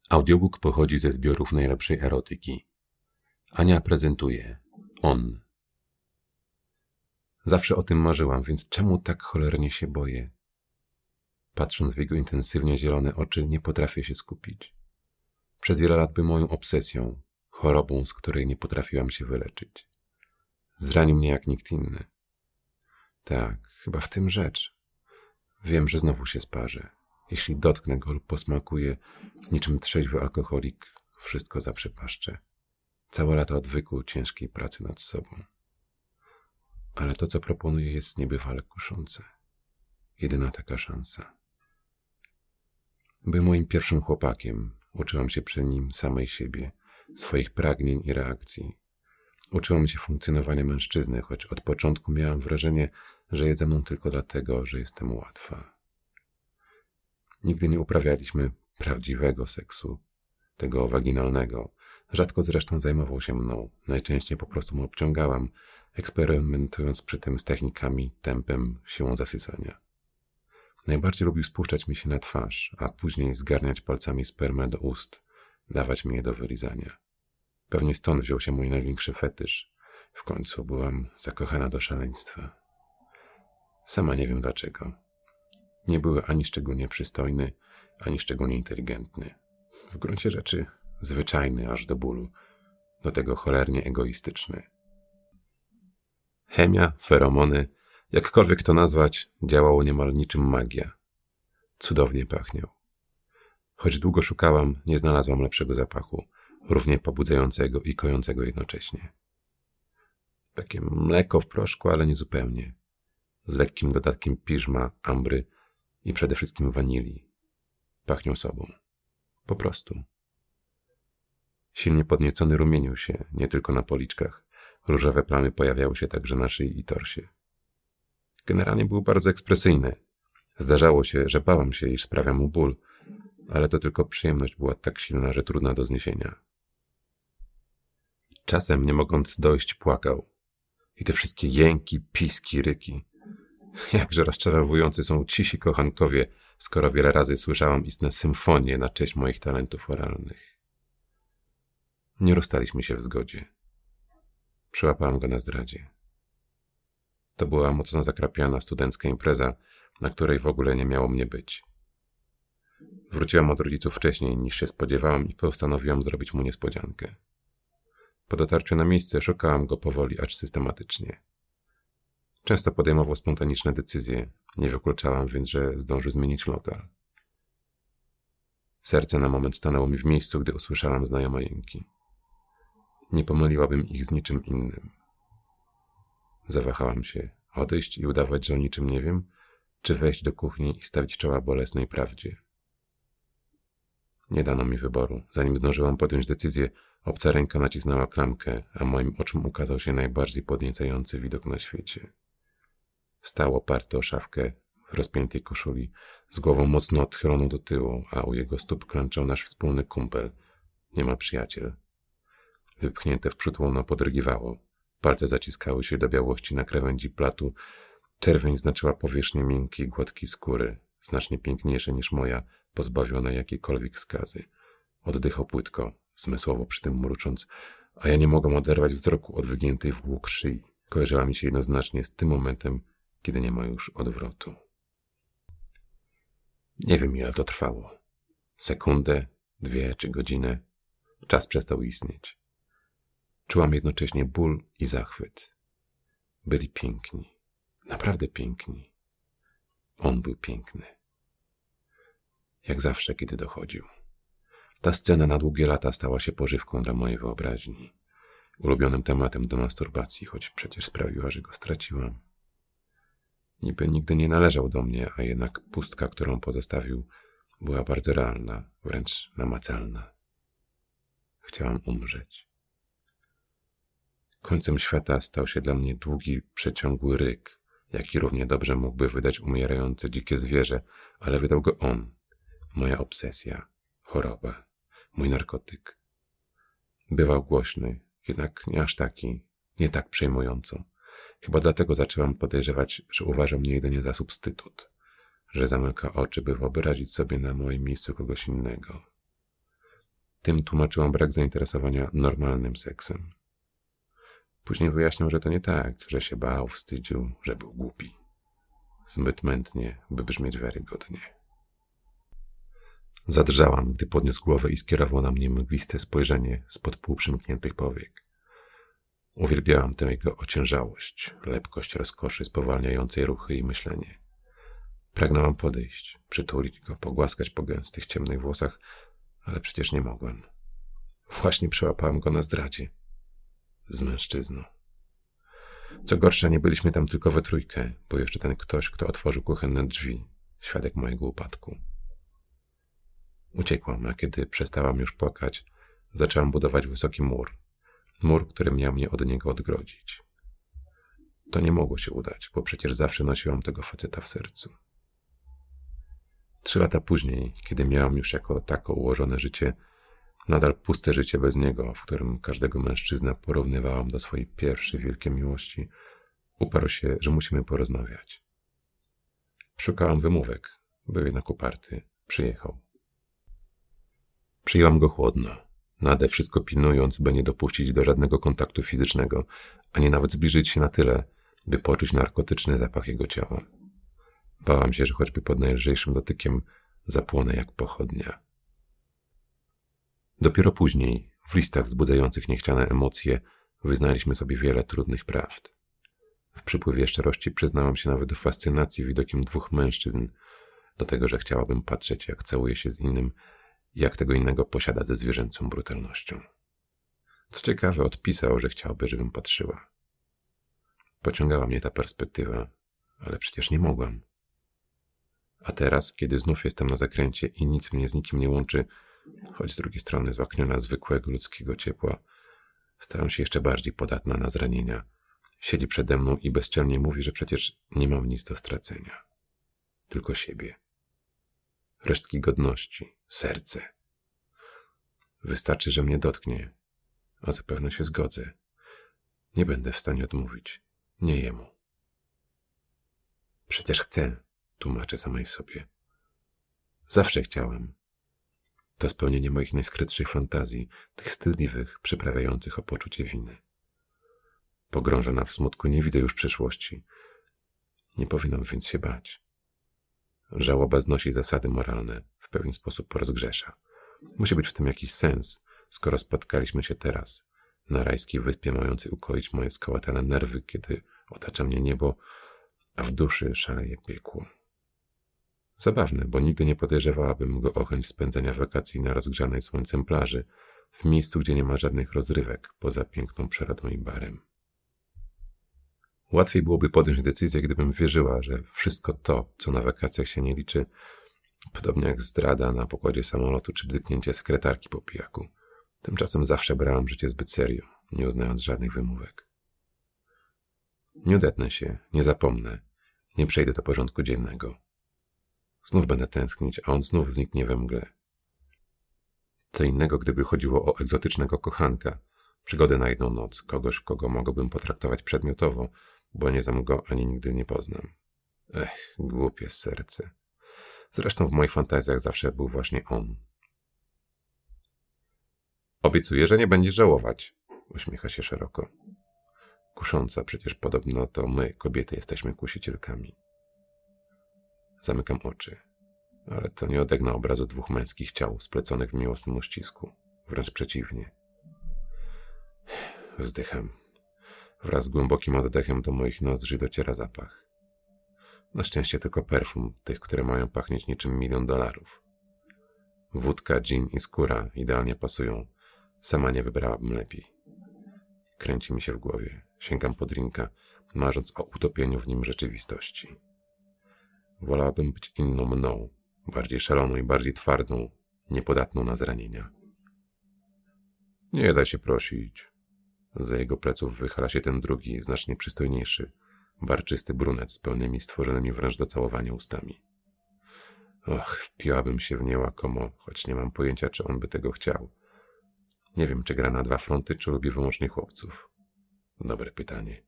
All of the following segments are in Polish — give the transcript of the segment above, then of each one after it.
Audiobook pochodzi ze zbiorów najlepszej erotyki. Ania prezentuje. On. Zawsze o tym marzyłam, więc czemu tak cholernie się boję? Patrząc w jego intensywnie zielone oczy, nie potrafię się skupić. Przez wiele lat był moją obsesją, chorobą, z której nie potrafiłam się wyleczyć. Zranił mnie jak nikt inny. Tak, chyba w tym rzecz. Wiem, że znowu się sparzę. Jeśli dotknę go lub posmakuję, niczym trzeźwy alkoholik, wszystko zaprzepaszczę. Całe lata odwyku, ciężkiej pracy nad sobą. Ale to, co proponuję, jest niebywale kuszące. Jedyna taka szansa. Był moim pierwszym chłopakiem. Uczyłam się przy nim samej siebie, swoich pragnień i reakcji. Uczyłam się funkcjonowania mężczyzny, choć od początku miałam wrażenie, że jest ze mną tylko dlatego, że jestem łatwa. Nigdy nie uprawialiśmy prawdziwego seksu, tego waginalnego. Rzadko zresztą zajmował się mną. Najczęściej po prostu mu obciągałam, eksperymentując przy tym z technikami, tempem, siłą zasysania. Najbardziej lubił spuszczać mi się na twarz, a później zgarniać palcami spermę do ust, dawać mi je do wylizania. Pewnie stąd wziął się mój największy fetysz. W końcu byłam zakochana do szaleństwa. Sama nie wiem dlaczego. Nie były ani szczególnie przystojny, ani szczególnie inteligentny. W gruncie rzeczy zwyczajny aż do bólu, do tego cholernie egoistyczny. Chemia, feromony, jakkolwiek to nazwać, działało niemal niczym magia. Cudownie pachniał. Choć długo szukałam, nie znalazłam lepszego zapachu, równie pobudzającego i kojącego jednocześnie. Takie mleko w proszku, ale nie zupełnie. Z lekkim dodatkiem piżma, ambry i przede wszystkim wanilii. Pachniał sobą. Po prostu. Silnie podniecony rumienił się, nie tylko na policzkach. Różowe plamy pojawiały się także na szyi i torsie. Generalnie był bardzo ekspresyjny. Zdarzało się, że bałam się, iż sprawia mu ból, ale to tylko przyjemność była tak silna, że trudna do zniesienia. Czasem, nie mogąc dojść, płakał. I te wszystkie jęki, piski, ryki. Jakże rozczarowujący są cisi kochankowie, skoro wiele razy słyszałam istne symfonie na cześć moich talentów oralnych. Nie rozstaliśmy się w zgodzie. Przyłapałam go na zdradzie. To była mocno zakrapiana studencka impreza, na której w ogóle nie miało mnie być. Wróciłam od rodziców wcześniej niż się spodziewałam i postanowiłam zrobić mu niespodziankę. Po dotarciu na miejsce szukałam go powoli, acz systematycznie. Często podejmował spontaniczne decyzje, nie wykluczałam więc, że zdąży zmienić lokal. Serce na moment stanęło mi w miejscu, gdy usłyszałam znajome jęki. Nie pomyliłabym ich z niczym innym. Zawahałam się, odejść i udawać, że o niczym nie wiem, czy wejść do kuchni i stawić czoła bolesnej prawdzie. Nie dano mi wyboru. Zanim zdążyłam podjąć decyzję, obca ręka nacisnęła klamkę, a moim oczom ukazał się najbardziej podniecający widok na świecie. Stał oparty o szafkę w rozpiętej koszuli, z głową mocno odchyloną do tyłu, a u jego stóp klęczał nasz wspólny kumpel, niemal przyjaciel. Wypchnięte w przód łono podrygiwało. Palce zaciskały się do białości na krawędzi platu. Czerwień znaczyła powierzchnię miękkiej, gładkiej skóry, znacznie piękniejsze niż moja, pozbawiona jakiejkolwiek skazy. Oddychał płytko, zmysłowo przy tym mrucząc, a ja nie mogłam oderwać wzroku od wygiętej w łuk szyi. Kojarzyła mi się jednoznacznie z tym momentem, kiedy nie ma już odwrotu. Nie wiem, ile to trwało. Sekundę, 2 czy godzinę. Czas przestał istnieć. Czułam jednocześnie ból i zachwyt. Byli piękni. Naprawdę piękni. On był piękny. Jak zawsze, kiedy dochodził. Ta scena na długie lata stała się pożywką dla mojej wyobraźni. Ulubionym tematem do masturbacji, choć przecież sprawiła, że go straciłam. Niby nigdy nie należał do mnie, a jednak pustka, którą pozostawił, była bardzo realna, wręcz namacalna. Chciałam umrzeć. Końcem świata stał się dla mnie długi, przeciągły ryk, jaki równie dobrze mógłby wydać umierające dzikie zwierzę, ale wydał go on, moja obsesja, choroba, mój narkotyk. Bywał głośny, jednak nie aż taki, nie tak przejmująco. Chyba dlatego zaczęłam podejrzewać, że uważa mnie jedynie za substytut, że zamyka oczy, by wyobrazić sobie na moim miejscu kogoś innego. Tym tłumaczyłam brak zainteresowania normalnym seksem. Później wyjaśnił, że to nie tak, że się bał, wstydził, że był głupi. Zbyt mętnie, by brzmieć wiarygodnie. Zadrżałam, gdy podniósł głowę i skierował na mnie mgliste spojrzenie spod półprzymkniętych powiek. Uwielbiałam tę jego ociężałość, lepkość rozkoszy spowalniającej ruchy i myślenie. Pragnęłam podejść, przytulić go, pogłaskać po gęstych, ciemnych włosach, ale przecież nie mogłem. Właśnie przełapałam go na zdradzie. Z mężczyzną. Co gorsza, nie byliśmy tam tylko we trójkę, bo jeszcze ten ktoś, kto otworzył kuchenne drzwi, świadek mojego upadku. Uciekłam, a kiedy przestałam już płakać, zaczęłam budować wysoki mur. Mur, który miał mnie od niego odgrodzić. To nie mogło się udać, bo przecież zawsze nosiłam tego faceta w sercu. 3 lata później, kiedy miałam już jako tako ułożone życie, nadal puste życie bez niego, w którym każdego mężczyznę porównywałam do swojej pierwszej wielkiej miłości, uparł się, że musimy porozmawiać. Szukałam wymówek, był jednak uparty, przyjechał. Przyjęłam go chłodno, nade wszystko pilnując, by nie dopuścić do żadnego kontaktu fizycznego, ani nawet zbliżyć się na tyle, by poczuć narkotyczny zapach jego ciała. Bałam się, że choćby pod najlżejszym dotykiem zapłonę jak pochodnia. Dopiero później, w listach wzbudzających niechciane emocje, wyznaliśmy sobie wiele trudnych prawd. W przypływie szczerości przyznałam się nawet do fascynacji widokiem 2 mężczyzn, do tego, że chciałabym patrzeć, jak całuje się z innym, jak tego innego posiada ze zwierzęcą brutalnością. Co ciekawe, odpisał, że chciałby, żebym patrzyła. Pociągała mnie ta perspektywa, ale przecież nie mogłam. A teraz, kiedy znów jestem na zakręcie i nic mnie z nikim nie łączy, choć z drugiej strony złakniona zwykłego ludzkiego ciepła, stałam się jeszcze bardziej podatna na zranienia. Siedzi przede mną i bezczelnie mówi, że przecież nie mam nic do stracenia. Tylko siebie. Resztki godności, serce. Wystarczy, że mnie dotknie, a zapewne się zgodzę. Nie będę w stanie odmówić. Nie jemu. Przecież chcę, tłumaczę samej sobie. Zawsze chciałem. To spełnienie moich najskrytszych fantazji, tych wstydliwych, przyprawiających o poczucie winy. Pogrążona w smutku nie widzę już przyszłości. Nie powinnam więc się bać. Żałoba znosi zasady moralne, w pewien sposób rozgrzesza. Musi być w tym jakiś sens, skoro spotkaliśmy się teraz, na rajskiej wyspie mającej ukoić moje skołatane nerwy, kiedy otacza mnie niebo, a w duszy szaleje piekło. Zabawne, bo nigdy nie podejrzewałabym go o chęć spędzenia wakacji na rozgrzanej słońcem plaży, w miejscu, gdzie nie ma żadnych rozrywek, poza piękną przyrodą i barem. Łatwiej byłoby podjąć decyzję, gdybym wierzyła, że wszystko to, co na wakacjach się nie liczy, podobnie jak zdrada na pokładzie samolotu czy bzyknięcie sekretarki po pijaku, tymczasem zawsze brałam życie zbyt serio, nie uznając żadnych wymówek. Nie odetnę się, nie zapomnę, nie przejdę do porządku dziennego. Znów będę tęsknić, a on znów zniknie we mgle. Co innego, gdyby chodziło o egzotycznego kochanka, przygodę na jedną noc, kogoś, kogo mogłbym potraktować przedmiotowo, bo nie znam go ani nigdy nie poznam. Głupie serce. Zresztą w moich fantazjach zawsze był właśnie on. Obiecuję, że nie będziesz żałować, uśmiecha się szeroko. Kusząca, przecież podobno to my, kobiety, jesteśmy kusicielkami. Zamykam oczy, ale to nie odegna obrazu 2 męskich ciał spleconych w miłosnym uścisku. Wręcz przeciwnie. Wzdycham. Wraz z głębokim oddechem do moich nozdrzy dociera zapach. Na szczęście tylko perfum, tych, które mają pachnieć niczym $1 000 000. Wódka, dżin i skóra idealnie pasują. Sama nie wybrałabym lepiej. Kręci mi się w głowie. Sięgam po drinka, marząc o utopieniu w nim rzeczywistości. Wolałabym być inną mną, bardziej szaloną i bardziej twardą, niepodatną na zranienia. Nie daj się prosić. Za jego pleców wychyla się ten drugi, znacznie przystojniejszy, barczysty brunet z pełnymi, stworzonymi wręcz do całowania ustami. Wpiłabym się w nie łakomo, choć nie mam pojęcia, czy on by tego chciał. Nie wiem, czy gra na 2 fronty, czy lubi wyłącznie chłopców. Dobre pytanie.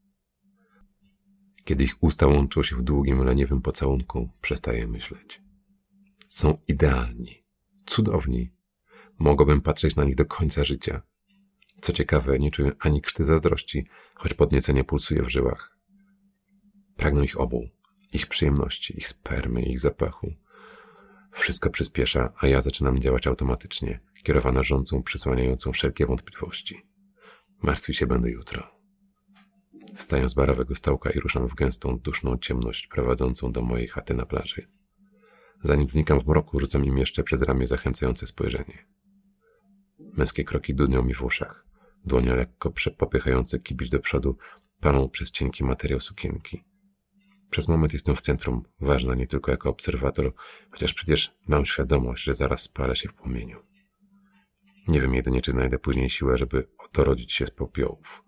Kiedy ich usta łączą się w długim, leniwym pocałunku, przestaję myśleć. Są idealni, cudowni. Mogłabym patrzeć na nich do końca życia. Co ciekawe, nie czuję ani krzty zazdrości, choć podniecenie pulsuje w żyłach. Pragnę ich obu, ich przyjemności, ich spermy, ich zapachu. Wszystko przyspiesza, a ja zaczynam działać automatycznie, kierowana rządzą przysłaniającą wszelkie wątpliwości. Martwić się będę jutro. Wstaję z barowego stołka i ruszam w gęstą, duszną ciemność prowadzącą do mojej chaty na plaży. Zanim znikam w mroku, rzucam im jeszcze przez ramię zachęcające spojrzenie. Męskie kroki dudnią mi w uszach. Dłonie lekko popychające kibić do przodu palą przez cienki materiał sukienki. Przez moment jestem w centrum, ważna nie tylko jako obserwator, chociaż przecież mam świadomość, że zaraz spalę się w płomieniu. Nie wiem jedynie, czy znajdę później siłę, żeby dorodzić się z popiołów.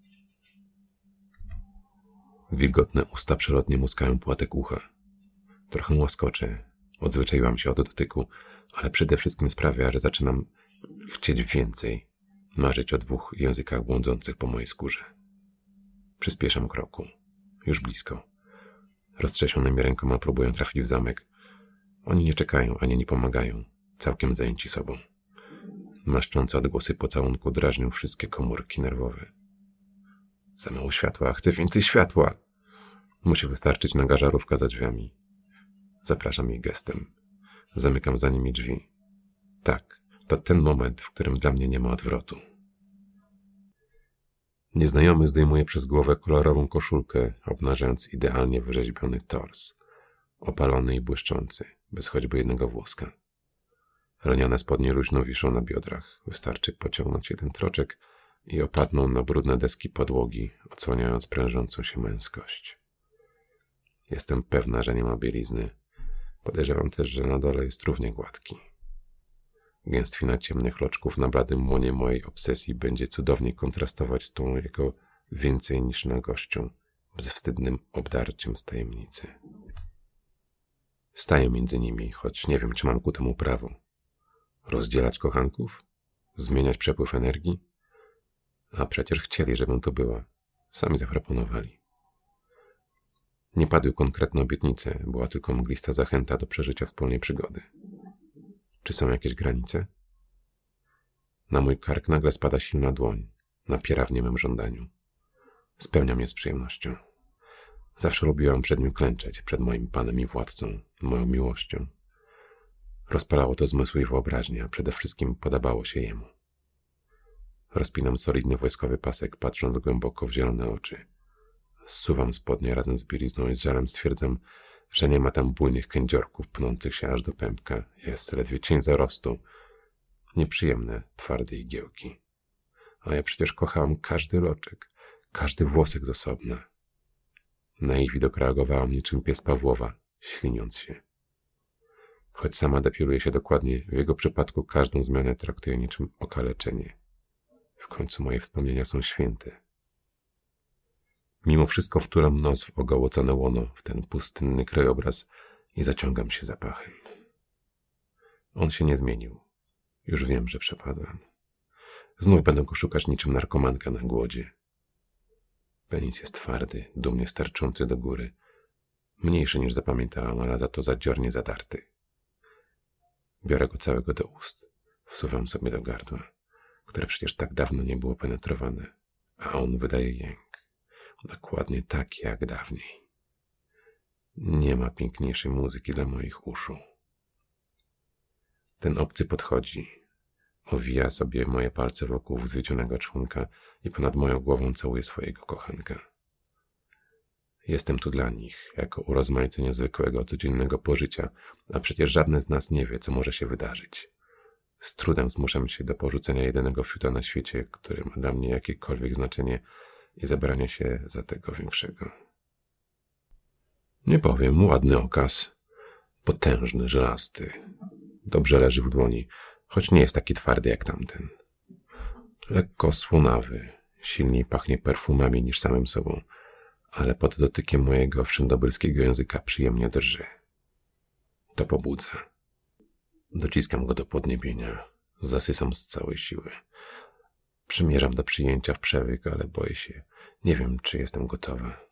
Wilgotne usta przelotnie muskają płatek ucha. Trochę łaskoczę. Odzwyczaiłam się od dotyku, ale przede wszystkim sprawia, że zaczynam chcieć więcej. Marzyć o 2 językach błądzących po mojej skórze. Przyspieszam kroku. Już blisko. Roztrzesionymi rękoma próbuję trafić w zamek. Oni nie czekają, ani nie pomagają. Całkiem zajęci sobą. Maszczące odgłosy pocałunku drażnią wszystkie komórki nerwowe. Za mało światła, chcę więcej światła. Musi wystarczyć naga żarówka za drzwiami. Zapraszam jej gestem. Zamykam za nimi drzwi. Tak, to ten moment, w którym dla mnie nie ma odwrotu. Nieznajomy zdejmuje przez głowę kolorową koszulkę, obnażając idealnie wyrzeźbiony tors. Opalony i błyszczący, bez choćby jednego włoska. Lniane spodnie luźno wiszą na biodrach. Wystarczy pociągnąć jeden troczek i opadną na brudne deski podłogi, odsłaniając prężącą się męskość. Jestem pewna, że nie ma bielizny. Podejrzewam też, że na dole jest równie gładki. Gęstwina ciemnych loczków na bladym łonie mojej obsesji będzie cudownie kontrastować z tą jego więcej niż nagością, bezwstydnym obdarciem z tajemnicy. Staję między nimi, choć nie wiem, czy mam ku temu prawo. Rozdzielać kochanków? Zmieniać przepływ energii? A przecież chcieli, żebym to była. Sami zaproponowali. Nie padły konkretne obietnice, była tylko mglista zachęta do przeżycia wspólnej przygody. Czy są jakieś granice? Na mój kark nagle spada silna dłoń, napiera w niemym żądaniu. Spełnia mnie z przyjemnością. Zawsze lubiłam przed nim klęczeć, przed moim panem i władcą, moją miłością. Rozpalało to zmysły i wyobraźnię, a przede wszystkim podobało się jemu. Rozpinam solidny wojskowy pasek, patrząc głęboko w zielone oczy. Zsuwam spodnie razem z bielizną i z żalem stwierdzam, że nie ma tam bujnych kędziorków pnących się aż do pępka. Jest ledwie cień zarostu. Nieprzyjemne, twarde igiełki. A ja przecież kochałam każdy loczek, każdy włosek z osobna. Na ich widok reagowałam niczym pies Pawłowa, śliniąc się. Choć sama depiluję się dokładnie, w jego przypadku każdą zmianę traktuję niczym okaleczenie. W końcu moje wspomnienia są święte. Mimo wszystko wtulam nos w ogołocone łono, w ten pustynny krajobraz i zaciągam się zapachem. On się nie zmienił. Już wiem, że przepadłem. Znów będę go szukać niczym narkomanka na głodzie. Penis jest twardy, dumnie starczący do góry. Mniejszy niż zapamiętałam, ale za to zadziornie zadarty. Biorę go całego do ust. Wsuwam sobie do gardła, które przecież tak dawno nie było penetrowane, a on wydaje jęk. Dokładnie tak jak dawniej. Nie ma piękniejszej muzyki dla moich uszu. Ten obcy podchodzi, owija sobie moje palce wokół wzwiedzionego członka i ponad moją głową całuje swojego kochanka. Jestem tu dla nich, jako urozmaicenie zwykłego, codziennego pożycia, a przecież żadne z nas nie wie, co może się wydarzyć. Z trudem zmuszam się do porzucenia jedynego fiuta na świecie, który ma dla mnie jakiekolwiek znaczenie, i zabrania się za tego większego. Nie powiem, ładny okaz. Potężny, żelasty. Dobrze leży w dłoni, choć nie jest taki twardy jak tamten. Lekko słonawy, silniej pachnie perfumami niż samym sobą, ale pod dotykiem mojego wszędobylskiego języka przyjemnie drży. To pobudza. Dociskam go do podniebienia, zasysam z całej siły. Przymierzam do przyjęcia w przełyk, ale boję się. Nie wiem, czy jestem gotowa.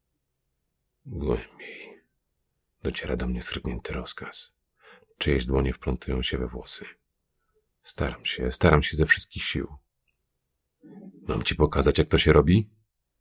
Głębiej. Dociera do mnie srygnięty rozkaz. Czyjeś dłonie wplątują się we włosy. Staram się ze wszystkich sił. Mam ci pokazać, jak to się robi?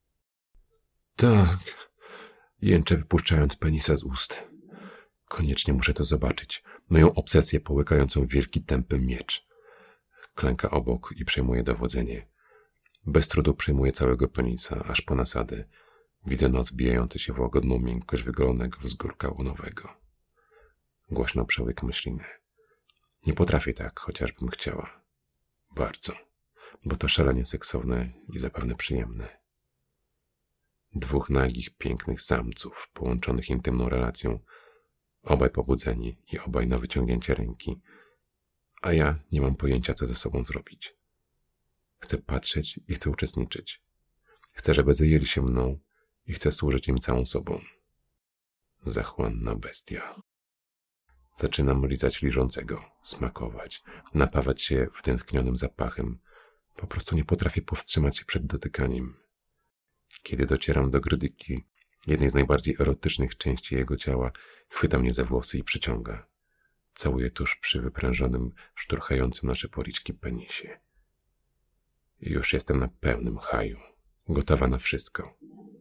Tak, jęczę, wypuszczając penisa z ust. Koniecznie muszę to zobaczyć. Moją obsesję połykającą wielki, tępy miecz. Klęka obok i przejmuje dowodzenie. Bez trudu przejmuje całego penisa, aż po nasadę. Widzę nos wbijający się w łagodną miękkość wygolonego wzgórka łonowego. Głośno przełykam ślinę. Nie potrafię tak, chociażbym chciała. Bardzo, bo to szalenie seksowne i zapewne przyjemne. Dwóch nagich, pięknych samców, połączonych intymną relacją, obaj pobudzeni i obaj na wyciągnięcie ręki, a ja nie mam pojęcia, co ze sobą zrobić. Chcę patrzeć i chcę uczestniczyć. Chcę, żeby zajęli się mną i chcę służyć im całą sobą. Zachłanna bestia. Zaczynam lizać liżącego, smakować, napawać się wytęsknionym zapachem. Po prostu nie potrafię powstrzymać się przed dotykaniem. Kiedy docieram do grydyki, jednej z najbardziej erotycznych części jego ciała, chwyta mnie za włosy i przyciąga. Całuję tuż przy wyprężonym, szturchającym nasze policzki penisie. I już jestem na pełnym haju, gotowa na wszystko.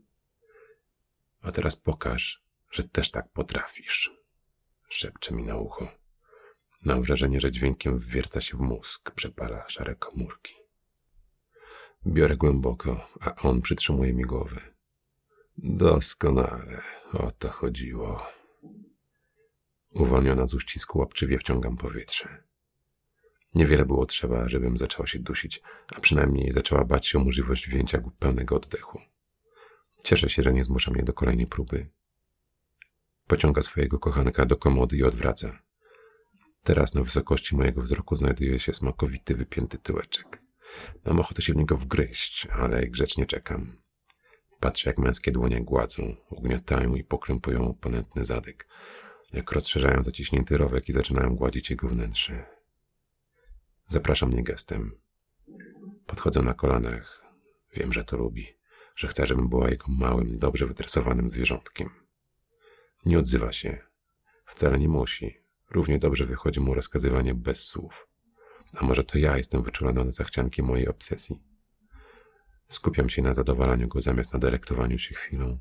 A teraz pokaż, że też tak potrafisz. Szepcze mi na ucho. Mam wrażenie, że dźwiękiem wwierca się w mózg, przepala szare komórki. Biorę głęboko, a on przytrzymuje mi głowę. Doskonale, o to chodziło. Uwolniona z uścisku łapczywie wciągam powietrze. Niewiele było trzeba, żebym zaczęła się dusić, a przynajmniej zaczęła bać się o możliwość wzięcia pełnego oddechu. Cieszę się, że nie zmusza mnie do kolejnej próby. Pociąga swojego kochanka do komody i odwraca. Teraz na wysokości mojego wzroku znajduje się smakowity, wypięty tyłeczek. Mam ochotę się w niego wgryźć, ale grzecznie czekam. Patrzę, jak męskie dłonie gładzą, ugniatają i pokrępują ponętny zadek, jak rozszerzają zaciśnięty rowek i zaczynają gładzić jego wnętrze. Zapraszam mnie gestem. Podchodzę na kolanach. Wiem, że to lubi, że chce, żebym była jego małym, dobrze wytresowanym zwierzątkiem. Nie odzywa się. Wcale nie musi. Równie dobrze wychodzi mu rozkazywanie bez słów. A może to ja jestem wyczulona na zachcianki mojej obsesji? Skupiam się na zadowalaniu go zamiast na delektowaniu się chwilą.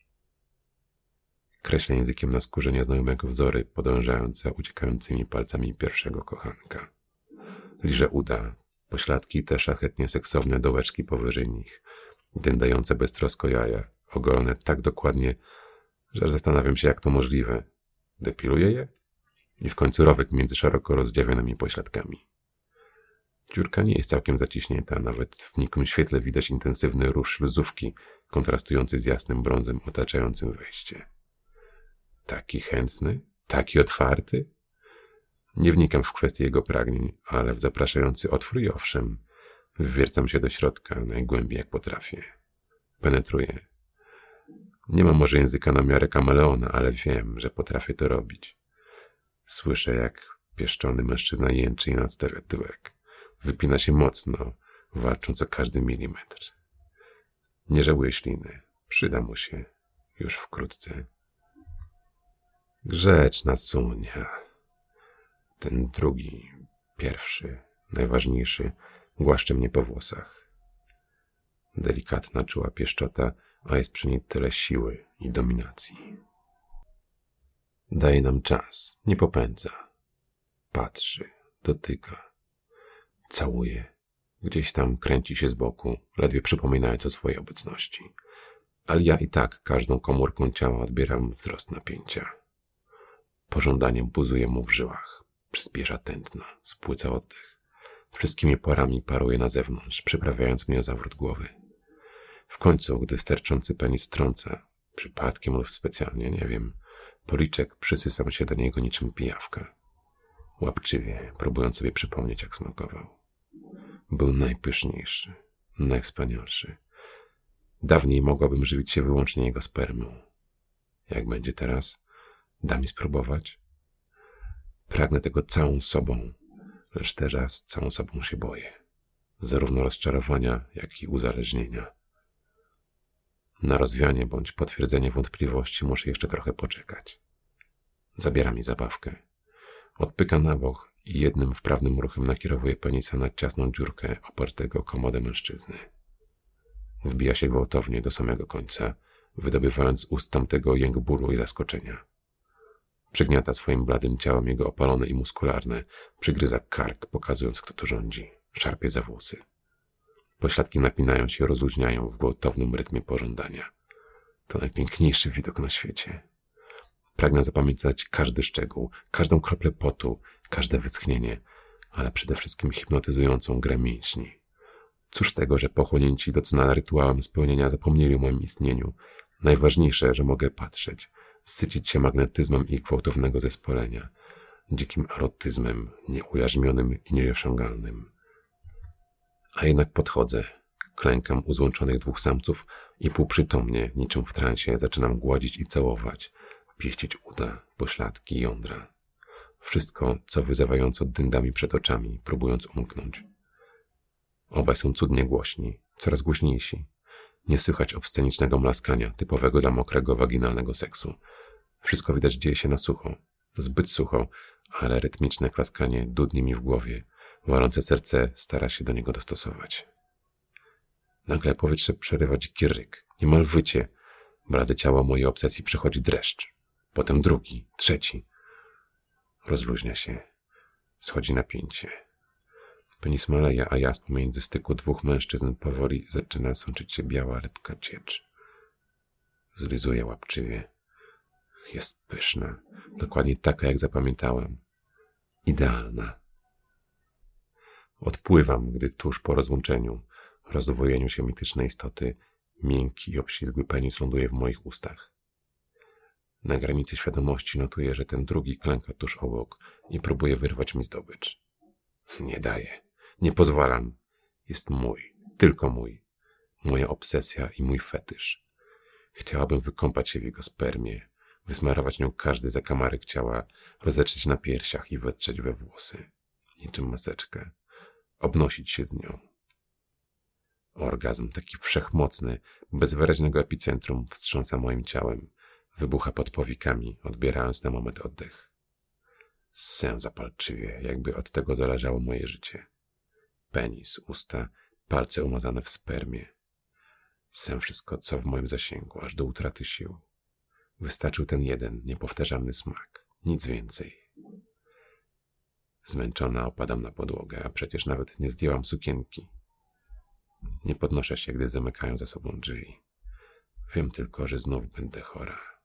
Kreślę językiem na skórze nieznajomego wzory, podążając za uciekającymi palcami pierwszego kochanka. Liżę uda, pośladki te szlachetnie seksowne dołeczki powyżej nich, dędające beztrosko jaja, ogolone tak dokładnie, że zastanawiam się, jak to możliwe. Depiluję je? I w końcu rowek między szeroko rozdziawionymi pośladkami. Dziurka nie jest całkiem zaciśnięta, nawet w nikłym świetle widać intensywny róż śluzówki, kontrastujący z jasnym brązem otaczającym wejście. Taki chętny? Taki otwarty? Nie wnikam w kwestię jego pragnień, ale w zapraszający otwór i owszem, wwiercam się do środka najgłębiej jak potrafię. Penetruję. Nie mam może języka na miarę kameleona, ale wiem, że potrafię to robić. Słyszę, jak pieszczony mężczyzna jęczy i nadstawia tyłek. Wypina się mocno, walcząc o każdy milimetr. Nie żałuję śliny. Przyda mu się. Już wkrótce. Grzeczna Sunia. Ten drugi, pierwszy, najważniejszy, głaszcze mnie po włosach. Delikatna, czuła pieszczota, a jest przy niej tyle siły i dominacji. Daje nam czas, nie popędza. Patrzy, dotyka. Całuje. Gdzieś tam kręci się z boku, ledwie przypominając o swojej obecności. Ale ja i tak każdą komórką ciała odbieram wzrost napięcia. Pożądanie buzuje mu w żyłach. Przyspiesza tętno, spłyca oddech. Wszystkimi porami paruje na zewnątrz, przyprawiając mnie o zawrót głowy. W końcu, gdy sterczący penis strąca, przypadkiem lub specjalnie, nie wiem, policzek przysysam się do niego niczym pijawka. Łapczywie, próbując sobie przypomnieć, jak smakował. Był najpyszniejszy, najwspanialszy. Dawniej mogłabym żywić się wyłącznie jego spermą. Jak będzie teraz? Da mi spróbować? Pragnę tego całą sobą, lecz teraz całą sobą się boję. Zarówno rozczarowania, jak i uzależnienia. Na rozwianie bądź potwierdzenie wątpliwości muszę jeszcze trochę poczekać. Zabiera mi zabawkę. Odpyka na bok i jednym wprawnym ruchem nakierowuje penisa na ciasną dziurkę opartego o komodę mężczyzny. Wbija się gwałtownie do samego końca, wydobywając z ust tamtego jęk bólu i zaskoczenia. Przygniata swoim bladym ciałem jego opalone i muskularne, przygryza kark, pokazując, kto tu rządzi. Szarpie za włosy. Pośladki napinają się i rozluźniają w gwałtownym rytmie pożądania. To najpiękniejszy widok na świecie. Pragnę zapamiętać każdy szczegół, każdą kroplę potu, każde wyschnienie, ale przede wszystkim hipnotyzującą grę mięśni. Cóż tego, że pochłonięci do cna rytuałem spełnienia zapomnieli o moim istnieniu. Najważniejsze, że mogę patrzeć, sycić się magnetyzmem ich gwałtownego zespolenia, dzikim erotyzmem, nieujarzmionym i nieosiągalnym. A jednak podchodzę, klękam u złączonych dwóch samców i półprzytomnie, niczym w transie, zaczynam gładzić i całować, pieścić uda, pośladki, jądra. Wszystko, co wyzywająco dyndami przed oczami, próbując umknąć. Obaj są cudnie głośni, coraz głośniejsi. Nie słychać obscenicznego mlaskania, typowego dla mokrego, waginalnego seksu. Wszystko widać dzieje się na sucho. Zbyt sucho, ale rytmiczne klaskanie dudni mi w głowie. Walące serce stara się do niego dostosować. Nagle powietrze przerywa dziki ryk, niemal wycie. Blade ciało mojej obsesji przechodzi dreszcz. Potem drugi, trzeci. Rozluźnia się. Schodzi napięcie. Penis maleje, a ja pomiędzy styku dwóch mężczyzn powoli zaczyna sączyć się biała, lepka ciecz. Zlizuje łapczywie. Jest pyszna. Dokładnie taka, jak zapamiętałem. Idealna. Odpływam, gdy tuż po rozłączeniu, rozdwojeniu się mitycznej istoty, miękki i obślizgły penis ląduje w moich ustach. Na granicy świadomości notuję, że ten drugi klęka tuż obok i próbuje wyrwać mi zdobycz. Nie daję. Nie pozwalam. Jest mój. Tylko mój. Moja obsesja i mój fetysz. Chciałabym wykąpać się w jego spermie, wysmarować nią każdy zakamarek ciała, rozetrzeć na piersiach i wetrzeć we włosy. Niczym maseczkę. Obnosić się z nią. Orgazm, taki wszechmocny, bez wyraźnego epicentrum, wstrząsa moim ciałem. Wybucha pod powikami, odbierając na moment oddech. Ssę zapalczywie, jakby od tego zależało moje życie. Penis, usta, palce umazane w spermie. Ssę wszystko, co w moim zasięgu, aż do utraty sił. Wystarczył ten jeden, niepowtarzalny smak. Nic więcej. Zmęczona opadam na podłogę, a przecież nawet nie zdjęłam sukienki. Nie podnoszę się, gdy zamykają za sobą drzwi. Wiem tylko, że znów będę chora.